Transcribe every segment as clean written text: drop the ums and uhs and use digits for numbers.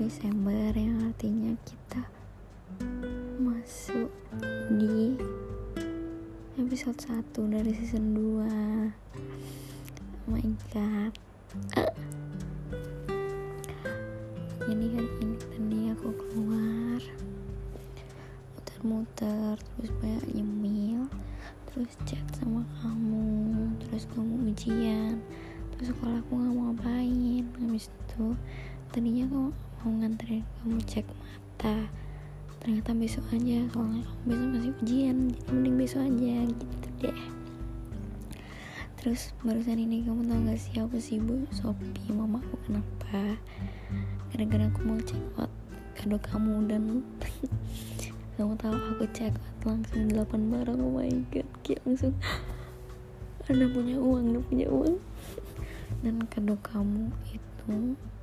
Desember, yang artinya kita masuk di episode 1 dari season 2. Oh my god. Jadi hari ini tadi aku keluar muter-muter, terus banyak nyemil, terus chat sama kamu, terus kamu ujian, terus sekolah aku gak mau ngapain. Habis itu tadinya aku mau nganterin kamu cek mata, ternyata besok aja, soalnya kamu besok masih ujian, jadi mending besok aja gitu deh. Terus barusan ini kamu tau gak sih aku sibuk Shopee mama aku kenapa? Gara-gara aku mau check out kado kamu dan kamu tahu aku check out langsung 8 barang. Oh my god, kayak langsung anda punya uang dan kado kamu itu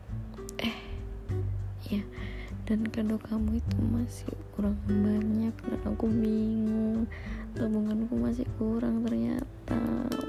dan kado kamu itu masih kurang banyak dan aku bingung, tabunganku masih kurang ternyata.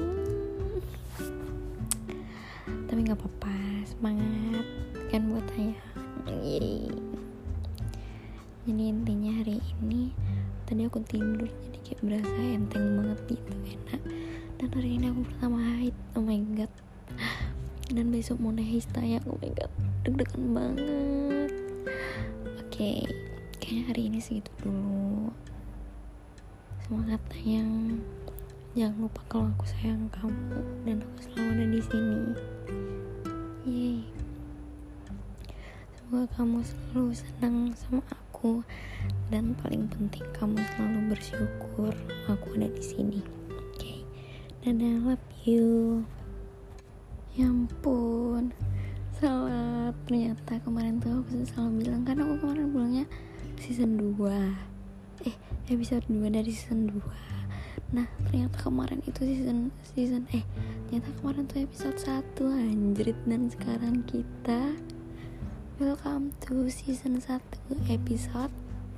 Tapi nggak apa-apa, semangat kan buat ayah. Yeay. Jadi intinya hari ini tadi aku tidur jadi kayak berasa enteng banget gitu, enak. Dan hari ini aku pertama haid, oh my god. Dan besok mau naik histaya, oh my god, deg-degan banget. Oke, kayaknya hari ini segitu dulu. Semangat sayang. Jangan lupa kalau aku sayang kamu dan aku selalu ada di sini. Yeay. Semoga kamu selalu senang sama aku dan paling penting kamu selalu bersyukur aku ada di sini. Oke. Dadah, love you. Ya ampun. Salah, ternyata kemarin tuh aku salah bilang, kan aku kemarin bilangnya season 2 episode 2 dari season 2. Nah ternyata kemarin itu ternyata kemarin tuh episode 1, anjrit. Dan sekarang kita welcome to season 1 episode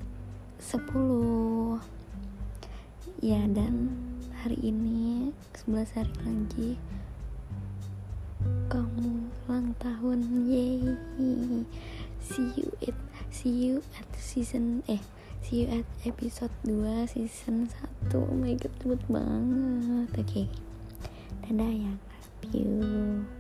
10. Ya, dan hari ini 11 hari lagi kamu ulang tahun. Yeay. See you at episode 2 season 1. Oh my god, cepet banget. Oke. Dadah ya, love you.